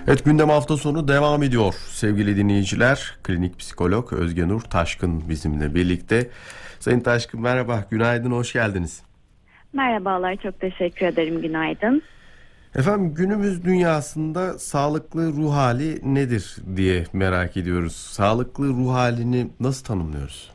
Evet, gündem hafta sonu devam ediyor sevgili dinleyiciler. Klinik psikolog Özge Nur Taşkın bizimle birlikte. Sayın Taşkın merhaba, günaydın, hoş geldiniz. Merhabalar, çok teşekkür ederim. Günaydın. Efendim, günümüz dünyasında sağlıklı ruh hali nedir diye merak ediyoruz. Sağlıklı ruh halini nasıl tanımlıyoruz?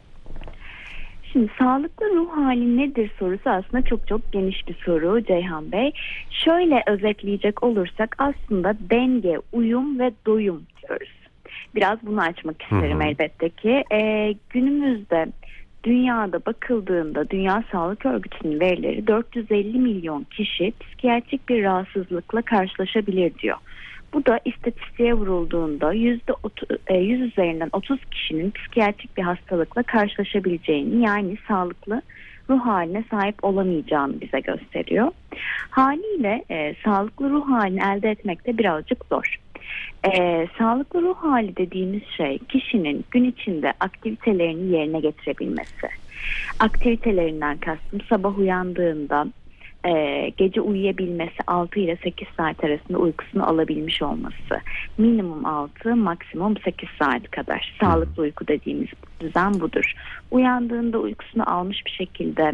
Şimdi sağlıklı ruh hali nedir sorusu aslında çok geniş bir soru Ceyhan Bey. Şöyle özetleyecek olursak aslında denge, uyum ve doyum diyoruz. Biraz bunu açmak Hı isterim hı. elbette ki. Günümüzde dünyada bakıldığında Dünya Sağlık Örgütü'nün verileri 450 milyon kişi psikiyatrik bir rahatsızlıkla karşılaşabilir diyor. Bu da istatistiğe vurulduğunda %100 üzerinden 30 kişinin psikiyatrik bir hastalıkla karşılaşabileceğini, yani sağlıklı ruh haline sahip olamayacağını bize gösteriyor. Haliyle sağlıklı ruh halini elde etmek de birazcık zor. Sağlıklı ruh hali dediğimiz şey kişinin gün içinde aktivitelerini yerine getirebilmesi. Aktivitelerinden kastım sabah uyandığında gece uyuyabilmesi, 6 ile 8 saat arasında uykusunu alabilmiş olması. Minimum 6, maksimum 8 saat kadar. Hı hı. Sağlıklı uyku dediğimiz düzen budur. Uyandığında uykusunu almış bir şekilde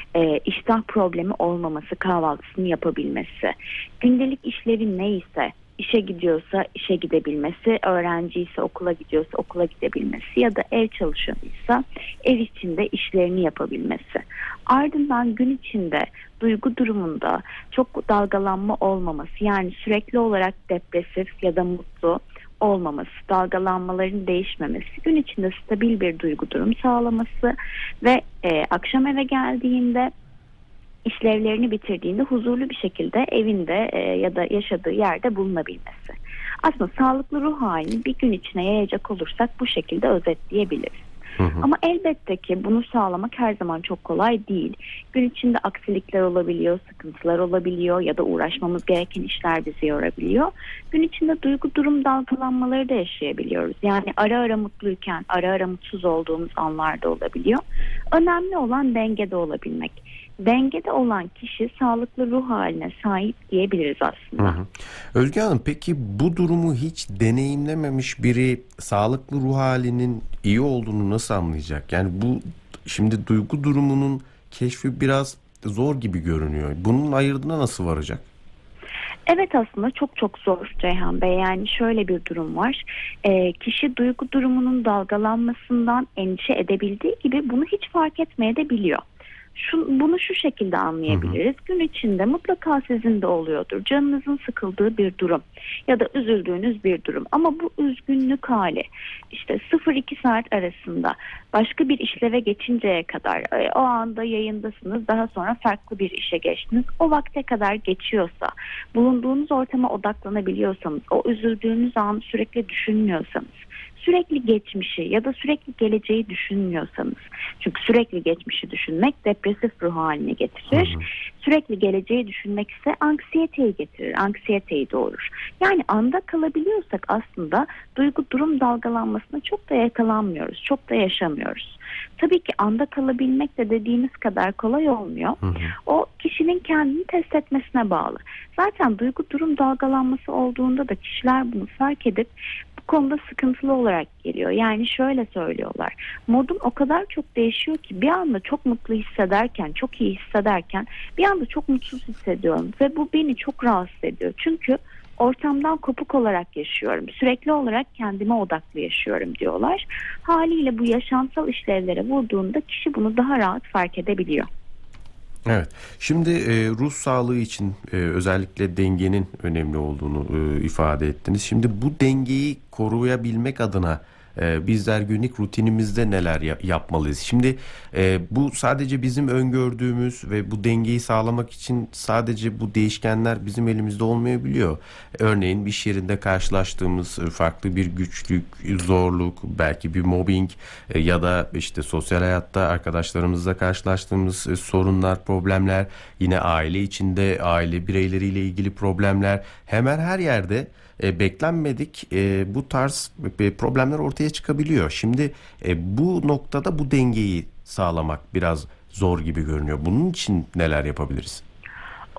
iştah problemi olmaması, kahvaltısını yapabilmesi. Gündelik işlevi neyse, işe gidiyorsa işe gidebilmesi, öğrenci ise okula gidiyorsa okula gidebilmesi ya da ev çalışanıysa ev içinde işlerini yapabilmesi. Ardından gün içinde duygu durumunda çok dalgalanma olmaması, yani sürekli olarak depresif ya da mutlu olmaması, dalgalanmaların değişmemesi, gün içinde stabil bir duygu durum sağlaması ve akşam eve geldiğinde işlevlerini bitirdiğinde huzurlu bir şekilde evinde ya da yaşadığı yerde bulunabilmesi. Aslında sağlıklı ruh halini bir gün içine yayacak olursak bu şekilde özetleyebiliriz. Hı hı. Ama elbette ki bunu sağlamak her zaman çok kolay değil. Gün içinde aksilikler olabiliyor, sıkıntılar olabiliyor ya da uğraşmamız gereken işler bizi yorabiliyor. Gün içinde duygu durum dalgalanmaları da yaşayabiliyoruz. Yani ara ara mutluyken ara ara mutsuz olduğumuz anlar da olabiliyor. Önemli olan dengede olabilmek. Dengede olan kişi sağlıklı ruh haline sahip diyebiliriz Hı aslında. hı. Özge Hanım, peki bu durumu hiç deneyimlememiş biri sağlıklı ruh halinin iyi olduğunu nasıl anlayacak? Yani bu şimdi duygu durumunun keşfi biraz zor gibi görünüyor. Bunun ayırdına nasıl varacak? Evet, aslında çok zor Ceyhan Bey. Yani şöyle bir durum var. Kişi duygu durumunun dalgalanmasından endişe edebildiği gibi bunu hiç fark etmeye de biliyor. Bunu şu şekilde Hı hı. anlayabiliriz. Gün içinde mutlaka sizin de oluyordur. Canınızın sıkıldığı bir durum ya da üzüldüğünüz bir durum. Ama bu üzgünlük hali işte 0-2 saat arasında başka bir işleve geçinceye kadar, o anda yayındasınız, daha sonra farklı bir işe geçtiniz. O vakte kadar geçiyorsa, bulunduğunuz ortama odaklanabiliyorsanız, o üzüldüğünüz anı sürekli düşünmüyorsanız, sürekli geçmişi ya da sürekli geleceği düşünmüyorsanız, çünkü sürekli geçmişi düşünmek depresif ruh haline Hı getirir. hı. Sürekli geleceği düşünmek ise anksiyeteyi getirir, anksiyeteyi doğurur. Yani anda kalabiliyorsak aslında duygu durum dalgalanmasına çok da yakalanmıyoruz, çok da yaşamıyoruz. Tabii ki anda kalabilmek de dediğimiz kadar kolay olmuyor. Hı hı. O kişinin kendini test etmesine bağlı. Zaten duygu durum dalgalanması olduğunda da kişiler bunu fark edip bu konuda sıkıntılı olarak geliyor. Yani şöyle söylüyorlar. Modum o kadar çok değişiyor ki bir anda çok mutlu hissederken, çok iyi hissederken bir anda çok mutsuz hissediyorum ve bu beni çok rahatsız ediyor. Çünkü ortamdan kopuk olarak yaşıyorum. Sürekli olarak kendime odaklı yaşıyorum diyorlar. Haliyle bu yaşamsal işlevlere vurduğunda kişi bunu daha rahat fark edebiliyor. Evet. Şimdi ruh sağlığı için özellikle dengenin önemli olduğunu ifade ettiniz. Şimdi bu dengeyi koruyabilmek adına bizler günlük rutinimizde neler yapmalıyız? Şimdi bu sadece bizim öngördüğümüz ve bu dengeyi sağlamak için sadece bu değişkenler bizim elimizde olmayabiliyor. Örneğin iş yerinde karşılaştığımız farklı bir güçlük, zorluk, belki bir mobbing ya da işte sosyal hayatta arkadaşlarımızla karşılaştığımız sorunlar, problemler, yine aile içinde aile bireyleriyle ilgili problemler, hemen her yerde beklenmedik bu tarz problemler ortaya çıkabiliyor. Şimdi bu noktada bu dengeyi sağlamak biraz zor gibi görünüyor. Bunun için neler yapabiliriz?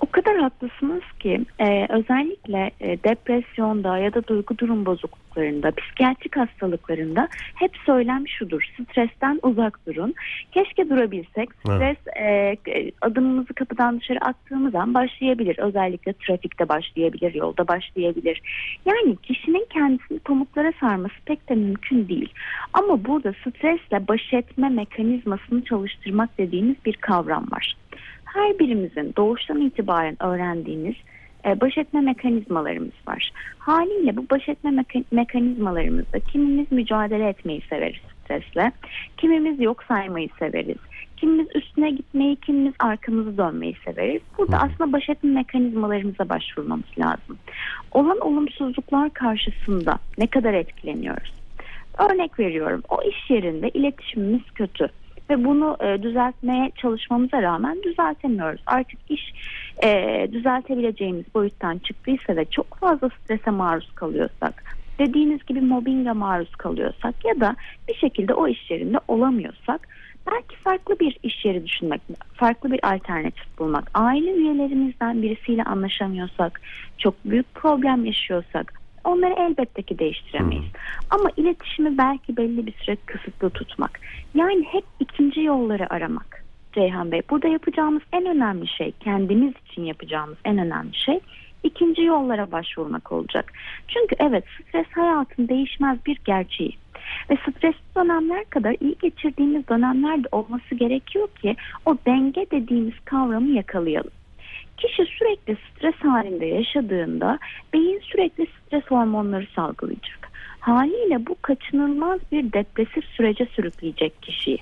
O kadar haklısınız ki özellikle depresyonda ya da duygu durum bozukluklarında, psikiyatrik hastalıklarında hep söylem şudur: stresten uzak durun. Keşke durabilsek. Stres adımımızı kapıdan dışarı attığımız an başlayabilir. Özellikle trafikte başlayabilir, yolda başlayabilir. Yani kişinin kendisini pamuklara sarması pek de mümkün değil. Ama burada stresle baş etme mekanizmasını çalıştırmak dediğimiz bir kavram var. Her birimizin doğuştan itibaren öğrendiğimiz baş etme mekanizmalarımız var. Haliyle bu baş etme mekanizmalarımızda kimimiz mücadele etmeyi severiz stresle, kimimiz yok saymayı severiz, kimimiz üstüne gitmeyi, kimimiz arkamızı dönmeyi severiz. Burada aslında baş etme mekanizmalarımıza başvurmamız lazım. Olan olumsuzluklar karşısında ne kadar etkileniyoruz? Örnek veriyorum, o iş yerinde iletişimimiz kötü ve bunu düzeltmeye çalışmamıza rağmen düzeltemiyoruz. Artık iş düzeltebileceğimiz boyuttan çıktıysa ve çok fazla strese maruz kalıyorsak, dediğiniz gibi mobbinge maruz kalıyorsak ya da bir şekilde o iş yerinde olamıyorsak, belki farklı bir iş yeri düşünmek, farklı bir alternatif bulmak, aile üyelerimizden birisiyle anlaşamıyorsak, çok büyük problem yaşıyorsak onları elbette ki değiştiremeyiz. Ama iletişimi belki belli bir süre kısıtlı tutmak. Yani hep ikinci yolları aramak. Ceyhan Bey, burada yapacağımız en önemli şey, kendimiz için yapacağımız en önemli şey ikinci yollara başvurmak olacak. Çünkü evet, stres hayatın değişmez bir gerçeği. Ve stresli dönemler kadar iyi geçirdiğimiz dönemler de olması gerekiyor ki o denge dediğimiz kavramı yakalayalım. Kişi sürekli stres halinde yaşadığında beyin sürekli stres hormonları salgılayacak. Haliyle bu kaçınılmaz bir depresif sürece sürükleyecek kişiyi.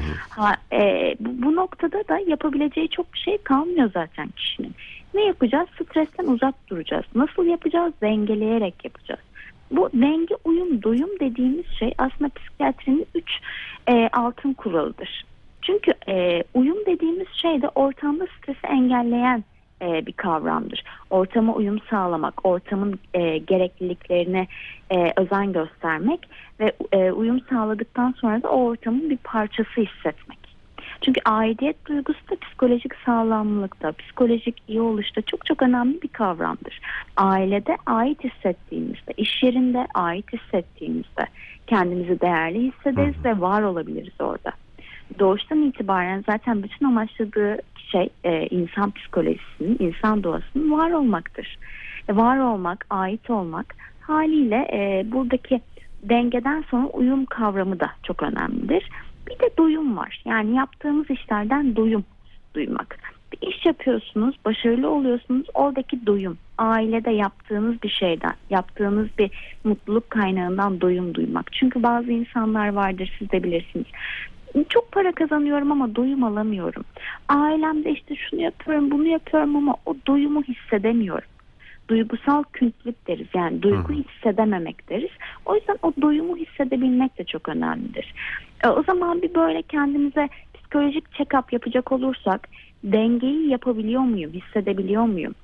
Bu noktada da yapabileceği çok bir şey kalmıyor zaten kişinin. Ne yapacağız? Stresten uzak duracağız. Nasıl yapacağız? Dengeleyerek yapacağız. Bu denge, uyum, doyum dediğimiz şey aslında psikiyatrinin 3 altın kuralıdır. Çünkü uyum dediğimiz şey de ortamda stresi engelleyen bir kavramdır. Ortama uyum sağlamak, ortamın gerekliliklerine özen göstermek ve uyum sağladıktan sonra da o ortamın bir parçası hissetmek. Çünkü aidiyet duygusu da psikolojik sağlamlıkta, psikolojik iyi oluşta çok çok önemli bir kavramdır. Ailede ait hissettiğimizde, iş yerinde ait hissettiğimizde kendimizi değerli hissederiz ve var olabiliriz orada. Doğuştan itibaren zaten bütün amaçladığı şey insan psikolojisinin, insan doğasının var olmaktır. Var olmak, ait olmak, haliyle buradaki dengeden sonra uyum kavramı da çok önemlidir. Bir de doyum var. Yani yaptığımız işlerden doyum duymak. Bir iş yapıyorsunuz, başarılı oluyorsunuz, oradaki doyum. Ailede yaptığınız bir şeyden, yaptığınız bir mutluluk kaynağından doyum duymak. Çünkü bazı insanlar vardır, siz de bilirsiniz. Çok para kazanıyorum ama doyum alamıyorum. Ailemde işte şunu yapıyorum, bunu yapıyorum ama o doyumu hissedemiyorum. Duygusal küntülük deriz. Yani duygu hissedememek deriz. O yüzden o doyumu hissedebilmek de çok önemlidir. O zaman bir böyle kendimize psikolojik check-up yapacak olursak, dengeyi yapabiliyor muyum, hissedebiliyor muyum?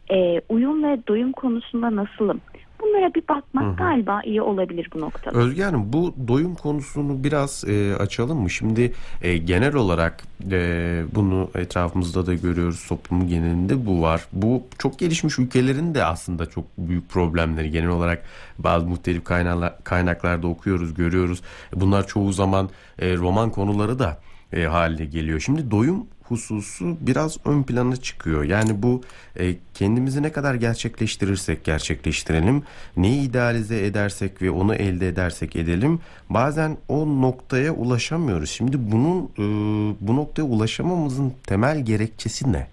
Uyum ve doyum konusunda nasılım? Bunlara bir bakmak galiba iyi olabilir bu noktada. Özge Hanım, bu doyum konusunu biraz açalım mı? Şimdi genel olarak bunu etrafımızda da görüyoruz, toplumun genelinde bu var. Bu çok gelişmiş ülkelerin de aslında çok büyük problemleri. Genel olarak bazı muhtelif kaynaklarda okuyoruz, görüyoruz. Bunlar çoğu zaman roman konuları da haline geliyor. Şimdi doyum hususu biraz ön plana çıkıyor. Yani bu kendimizi ne kadar gerçekleştirirsek gerçekleştirelim, neyi idealize edersek ve onu elde edersek edelim, bazen o noktaya ulaşamıyoruz. Şimdi bunun bu noktaya ulaşamamızın temel gerekçesi ne?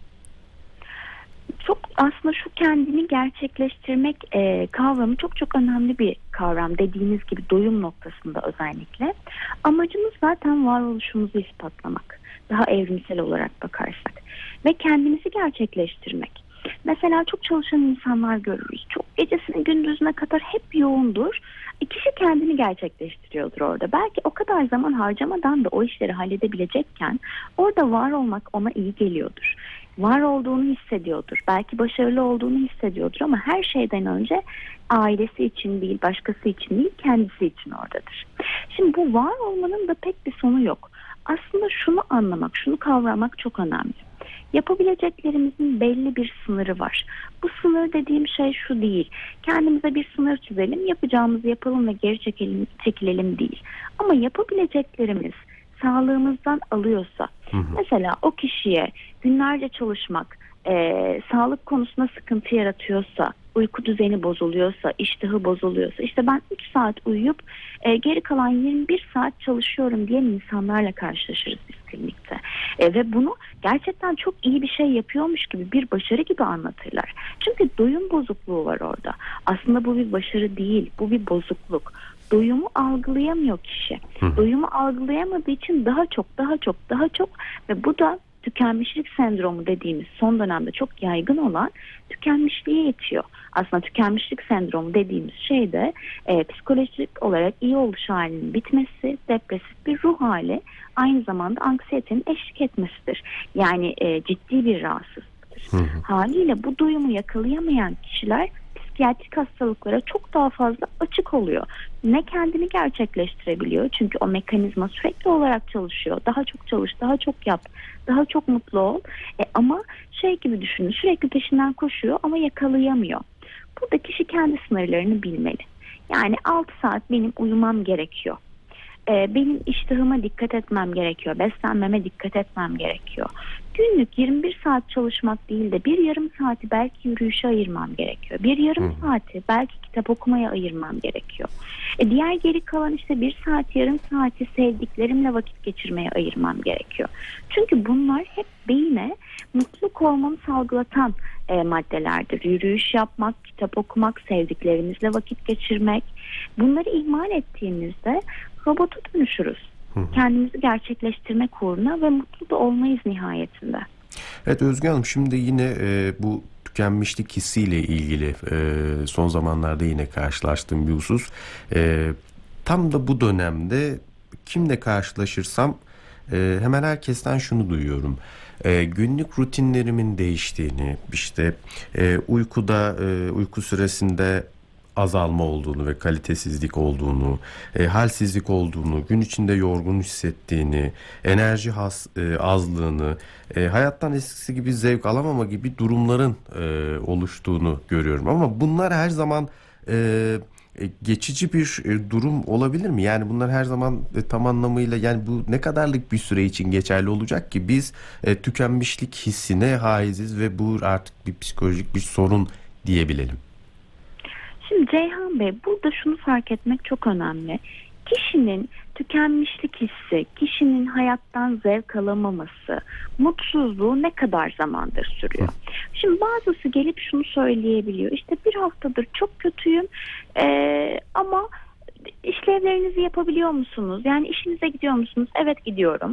Çok aslında şu kendini gerçekleştirmek kavramı çok çok önemli bir kavram, dediğiniz gibi doyum noktasında özellikle. Amacımız zaten varoluşumuzu ispatlamak, daha evrimsel olarak bakarsak ve kendimizi gerçekleştirmek. Mesela çok çalışan insanlar görürüz. Çok gecesine gündüzüne kadar hep yoğundur. Kişi kendini gerçekleştiriyordur orada. Belki o kadar zaman harcamadan da o işleri halledebilecekken orada var olmak ona iyi geliyordur. Var olduğunu hissediyordur. Belki başarılı olduğunu hissediyordur ama her şeyden önce ailesi için değil, başkası için değil, kendisi için oradadır. Şimdi bu var olmanın da pek bir sonu yok. Aslında şunu anlamak, şunu kavramak çok önemli. Yapabileceklerimizin belli bir sınırı var. Bu sınır dediğim şey şu değil. Kendimize bir sınır çizelim, yapacağımızı yapalım ve geri çekilelim değil. Ama yapabileceklerimiz sağlığımızdan alıyorsa, mesela o kişiye günlerce çalışmak sağlık konusunda sıkıntı yaratıyorsa, uyku düzeni bozuluyorsa, iştahı bozuluyorsa, işte ben 3 saat uyuyup geri kalan 21 saat çalışıyorum diyen insanlarla karşılaşırız biz klinikte. Ve bunu gerçekten çok iyi bir şey yapıyormuş gibi, bir başarı gibi anlatırlar. Çünkü doyum bozukluğu var orada. Aslında bu bir başarı değil, bu bir bozukluk. Doyumu algılayamıyor kişi. Doyumu algılayamadığı için daha çok ve bu da tükenmişlik sendromu dediğimiz, son dönemde çok yaygın olan tükenmişliğe itiyor. Aslında tükenmişlik sendromu dediğimiz şey de psikolojik olarak iyi oluş halinin bitmesi, depresif bir ruh hali, aynı zamanda anksiyetenin eşlik etmesidir. Yani ciddi bir rahatsızlıktır. Haliyle bu doyumu yakalayamayan kişiler psikiyatrik hastalıklara çok daha fazla açık oluyor. Ne kendini gerçekleştirebiliyor, çünkü o mekanizma sürekli olarak çalışıyor. Daha çok çalış, daha çok yap, daha çok mutlu ol. Ama şey gibi düşünün, sürekli peşinden koşuyor ama yakalayamıyor. Burada kişi kendi sınırlarını bilmeli. Yani 6 saat benim uyumam gerekiyor. Benim iştahıma dikkat etmem gerekiyor. Beslenmeme dikkat etmem gerekiyor. Günlük 21 saat çalışmak değil de bir yarım saati belki yürüyüşe ayırmam gerekiyor. Bir yarım saati belki kitap okumaya ayırmam gerekiyor. Diğer geri kalan işte bir saat, yarım saati sevdiklerimle vakit geçirmeye ayırmam gerekiyor. Çünkü bunlar hep beyine mutluluk hormonu salgılatan maddelerdir. Yürüyüş yapmak, kitap okumak, sevdiklerimizle vakit geçirmek. Bunları ihmal ettiğimizde robota dönüşürüz. Kendimizi gerçekleştirmek uğruna ve mutlu da olmayız nihayetinde. Evet Özge Hanım, şimdi yine bu tükenmişlik hissiyle ilgili son zamanlarda yine karşılaştığım bir husus. Tam da bu dönemde kimle karşılaşırsam hemen herkesten şunu duyuyorum. Günlük rutinlerimin değiştiğini, işte uyku süresinde azalma olduğunu ve kalitesizlik olduğunu, halsizlik olduğunu, gün içinde yorgun hissettiğini, enerji azlığını, hayattan eskisi gibi zevk alamama gibi durumların oluştuğunu görüyorum. Ama bunlar her zaman geçici bir durum olabilir mi? Yani bunlar her zaman tam anlamıyla, yani bu ne kadarlık bir süre için geçerli olacak ki biz tükenmişlik hissine haiziz ve bu artık bir psikolojik bir sorun diyebilelim? Şimdi Ceyhan Bey, burada şunu fark etmek çok önemli. Kişinin tükenmişlik hissi, kişinin hayattan zevk alamaması, mutsuzluğu ne kadar zamandır sürüyor? Şimdi bazısı gelip şunu söyleyebiliyor. İşte bir haftadır çok kötüyüm ama işlevlerinizi yapabiliyor musunuz? Yani işinize gidiyor musunuz? Evet, gidiyorum.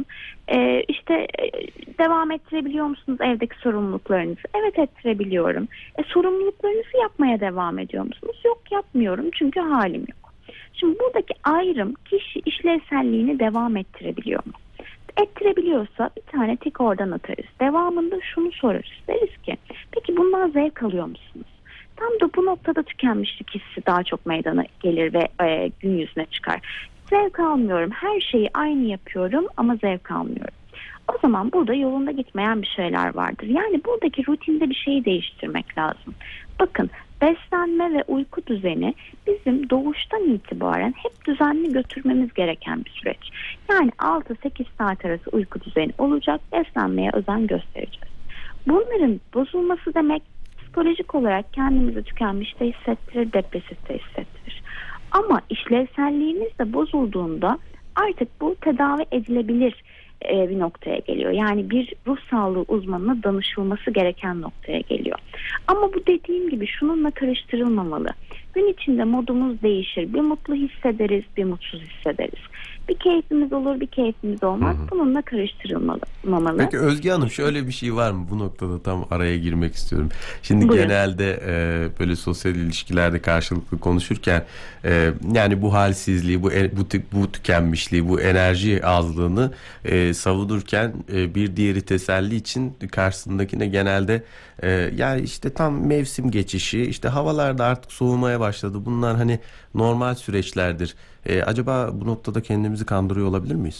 Devam ettirebiliyor musunuz evdeki sorumluluklarınızı? Evet, ettirebiliyorum. Sorumluluklarınızı yapmaya devam ediyor musunuz? Yok, yapmıyorum çünkü halim yok. Şimdi buradaki ayrım, kişi işlevselliğini devam ettirebiliyor mu? Ettirebiliyorsa bir tane tik oradan atarız. Devamında şunu sorarız. Deriz ki, peki bundan zevk alıyor musunuz? Tam da bu noktada tükenmişlik hissi daha çok meydana gelir ve gün yüzüne çıkar. Zevk almıyorum, her şeyi aynı yapıyorum ama zevk almıyorum. O zaman burada yolunda gitmeyen bir şeyler vardır. Yani buradaki rutinde bir şeyi değiştirmek lazım. Bakın, beslenme ve uyku düzeni bizim doğuştan itibaren hep düzenli götürmemiz gereken bir süreç. Yani 6-8 saat arası uyku düzeni olacak, beslenmeye özen göstereceğiz. Bunların bozulması demek psikolojik olarak kendimizi tükenmiş de hissettirir, depresif de hissettirir. Ama işlevselliğimiz de bozulduğunda artık bu tedavi edilebilir bir noktaya geliyor. Yani bir ruh sağlığı uzmanına danışılması gereken noktaya geliyor. Ama bu dediğim gibi şununla karıştırılmamalı. Gün içinde modumuz değişir. Bir mutlu hissederiz, bir mutsuz hissederiz. Bir keyfimiz olur, bir keyfimiz olmaz. Bununla karıştırılmamalı. Peki Özge Hanım, şöyle bir şey var mı? Bu noktada tam araya girmek istiyorum. Şimdi Buyurun. Genelde böyle sosyal ilişkilerde karşılıklı konuşurken yani bu halsizliği, bu tükenmişliği, bu enerji azlığını savunurken bir diğeri teselli için karşısındakine genelde yani işte tam mevsim geçişi, işte havalar da artık soğumaya başladı. Bunlar hani normal süreçlerdir. Acaba bu noktada kendimizi kandırıyor olabilir miyiz?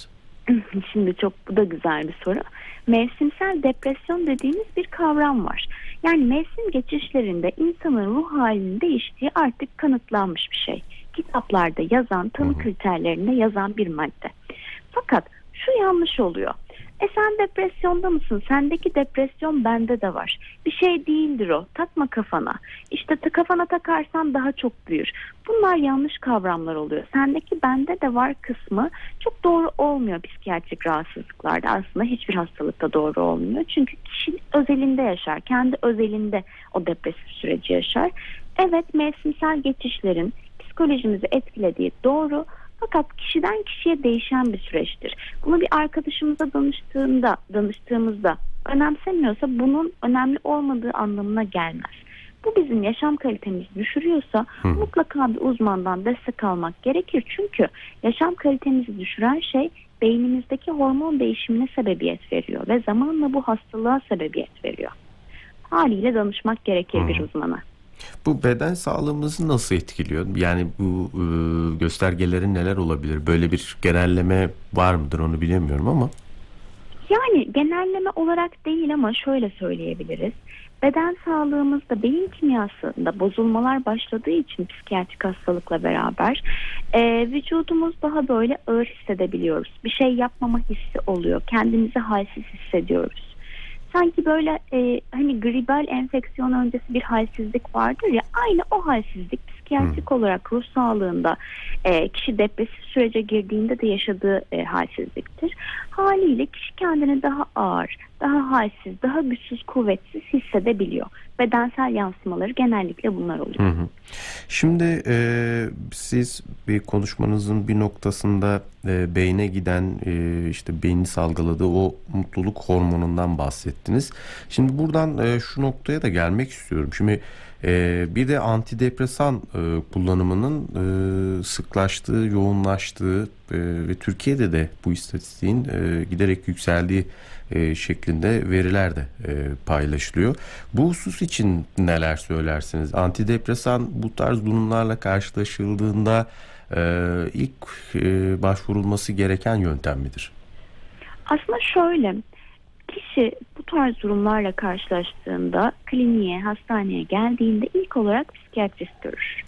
Şimdi bu da güzel bir soru. Mevsimsel depresyon dediğimiz bir kavram var. Yani mevsim geçişlerinde insanın ruh halinin değiştiği artık kanıtlanmış bir şey. Kitaplarda yazan, tanı kriterlerinde yazan bir madde. Fakat şu yanlış oluyor. Sen depresyonda mısın? Sendeki depresyon bende de var. Bir şey değildir o. Takma kafana. İşte kafana takarsan daha çok büyür. Bunlar yanlış kavramlar oluyor. Sendeki bende de var kısmı çok doğru olmuyor psikiyatrik rahatsızlıklarda. Aslında hiçbir hastalıkta doğru olmuyor. Çünkü kişi özelinde yaşar. Kendi özelinde o depresif süreci yaşar. Evet, mevsimsel geçişlerin psikolojimizi etkilediği doğru. Fakat kişiden kişiye değişen bir süreçtir. Bunu bir arkadaşımıza danıştığımızda önemsemiyorsa bunun önemli olmadığı anlamına gelmez. Bu bizim yaşam kalitemizi düşürüyorsa mutlaka bir uzmandan destek almak gerekir. Çünkü yaşam kalitemizi düşüren şey beynimizdeki hormon değişimine sebebiyet veriyor ve zamanla bu hastalığa sebebiyet veriyor. Haliyle danışmak gerekir bir uzmana. Bu beden sağlığımızı nasıl etkiliyor? Yani bu göstergelerin neler olabilir? Böyle bir genelleme var mıdır onu bilemiyorum ama. Yani genelleme olarak değil ama şöyle söyleyebiliriz. Beden sağlığımızda beyin kimyasında bozulmalar başladığı için psikiyatrik hastalıkla beraber vücudumuz daha böyle ağır hissedebiliyoruz. Bir şey yapmama hissi oluyor. Kendimizi halsiz hissediyoruz. Sanki böyle hani gribal enfeksiyon öncesi bir halsizlik vardır ya, aynı o halsizlik psikiyatrik olarak ruh sağlığında kişi depresif sürece girdiğinde de yaşadığı halsizliktir. Haliyle kişi kendini daha ağır, daha halsiz, daha güçsüz, kuvvetsiz hissedebiliyor. Bedensel yansımaları genellikle bunlar oluyor. Şimdi siz bir konuşmanızın bir noktasında beyne giden işte beynin salgıladığı o mutluluk hormonundan bahsettiniz. Şimdi buradan şu noktaya da gelmek istiyorum. Şimdi bir de antidepresan kullanımının sıklaştığı, yoğunlaştığı ve Türkiye'de de bu istatistiğin giderek yükseldiği şeklinde veriler de paylaşılıyor. Bu husus için neler söylersiniz? Antidepresan bu tarz durumlarla karşılaşıldığında ilk başvurulması gereken yöntem midir? Aslında şöyle, kişi bu tarz durumlarla karşılaştığında kliniğe, hastaneye geldiğinde ilk olarak psikiyatrist görür.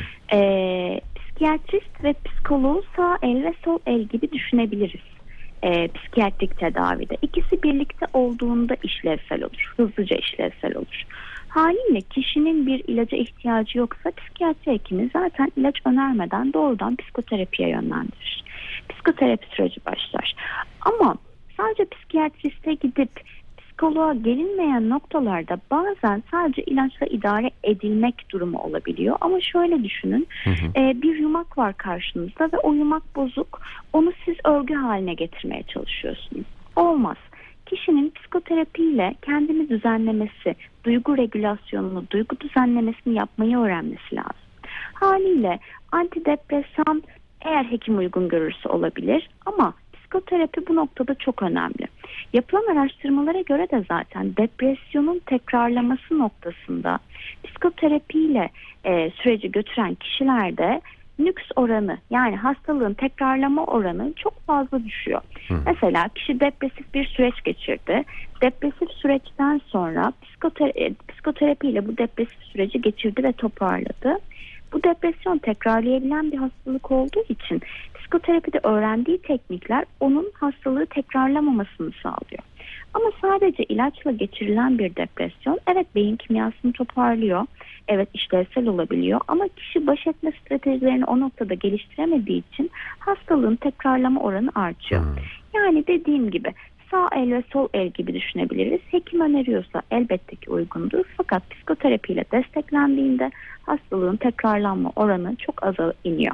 Psikiyatrist ve psikoloğu sağ el ve sol el gibi düşünebiliriz. Psikiyatrik tedavide. İkisi birlikte olduğunda işlevsel olur. Hızlıca işlevsel olur. Haliyle kişinin bir ilaca ihtiyacı yoksa psikiyatri hekimi zaten ilaç önermeden doğrudan psikoterapiye yönlendirir. Psikoterapi süreci başlar. Ama sadece psikiyatriste gidip psikoloğa gelinmeyen noktalarda bazen sadece ilaçla idare edilmek durumu olabiliyor. Ama şöyle düşünün, bir yumak var karşınızda ve o yumak bozuk. Onu siz örgü haline getirmeye çalışıyorsunuz. Olmaz. Kişinin psikoterapiyle kendini düzenlemesi, duygu regülasyonunu, duygu düzenlemesini yapmayı öğrenmesi lazım. Haliyle antidepresan eğer hekim uygun görürse olabilir ama psikoterapi bu noktada çok önemli. Yapılan araştırmalara göre de zaten depresyonun tekrarlaması noktasında psikoterapiyle süreci götüren kişilerde nüks oranı, yani hastalığın tekrarlama oranı çok fazla düşüyor. Mesela kişi depresif bir süreç geçirdi. Depresif süreçten sonra psikoterapiyle bu depresif süreci geçirdi ve toparladı. Bu depresyon tekrarlayabilen bir hastalık olduğu için psikoterapide öğrendiği teknikler onun hastalığı tekrarlamamasını sağlıyor. Ama sadece ilaçla geçirilen bir depresyon, evet beyin kimyasını toparlıyor, evet işlevsel olabiliyor ama kişi baş etme stratejilerini o noktada geliştiremediği için hastalığın tekrarlama oranı artıyor. Yani dediğim gibi sağ el ve sol el gibi düşünebiliriz. Hekim öneriyorsa elbette ki uygundur. Fakat psikoterapiyle desteklendiğinde hastalığın tekrarlanma oranı çok aza iniyor.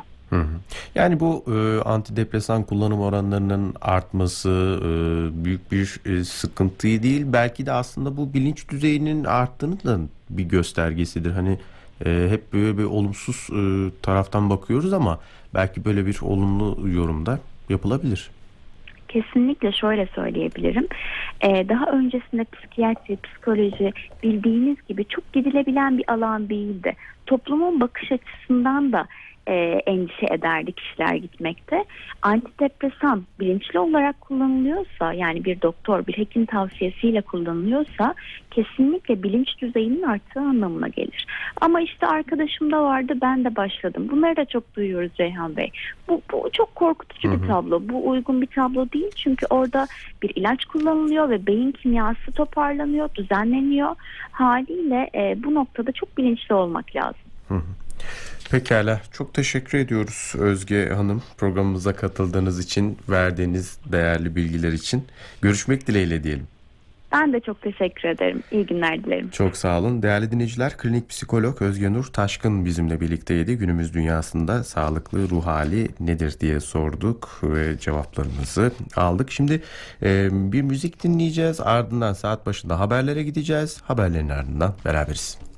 Yani bu antidepresan kullanım oranlarının artması büyük bir sıkıntıyı değil, belki de aslında bu bilinç düzeyinin arttığının da bir göstergesidir. Hani hep böyle bir olumsuz taraftan bakıyoruz ama belki böyle bir olumlu yorum da yapılabilir. Kesinlikle şöyle söyleyebilirim. Daha öncesinde psikiyatri, psikoloji bildiğiniz gibi çok gidilebilen bir alan değildi. Toplumun bakış açısından da endişe ederdi kişiler gitmekte. Antidepresan bilinçli olarak kullanılıyorsa, yani bir doktor, bir hekim tavsiyesiyle kullanılıyorsa kesinlikle bilinç düzeyinin arttığı anlamına gelir. Ama işte arkadaşım da vardı, ben de başladım. Bunları da çok duyuyoruz Ceyhan Bey. Bu çok korkutucu bir tablo. Bu uygun bir tablo değil, çünkü orada bir ilaç kullanılıyor ve beyin kimyası toparlanıyor, düzenleniyor. Haliyle bu noktada çok bilinçli olmak lazım. Pekala. Çok teşekkür ediyoruz Özge Hanım, programımıza katıldığınız için, verdiğiniz değerli bilgiler için. Görüşmek dileğiyle diyelim. Ben de çok teşekkür ederim. İyi günler dilerim. Çok sağ olun. Değerli dinleyiciler, klinik psikolog Özge Nur Taşkın bizimle birlikteydi. Günümüz dünyasında sağlıklı ruh hali nedir diye sorduk ve cevaplarımızı aldık. Şimdi bir müzik dinleyeceğiz. Ardından saat başında haberlere gideceğiz. Haberlerin ardından beraberiz.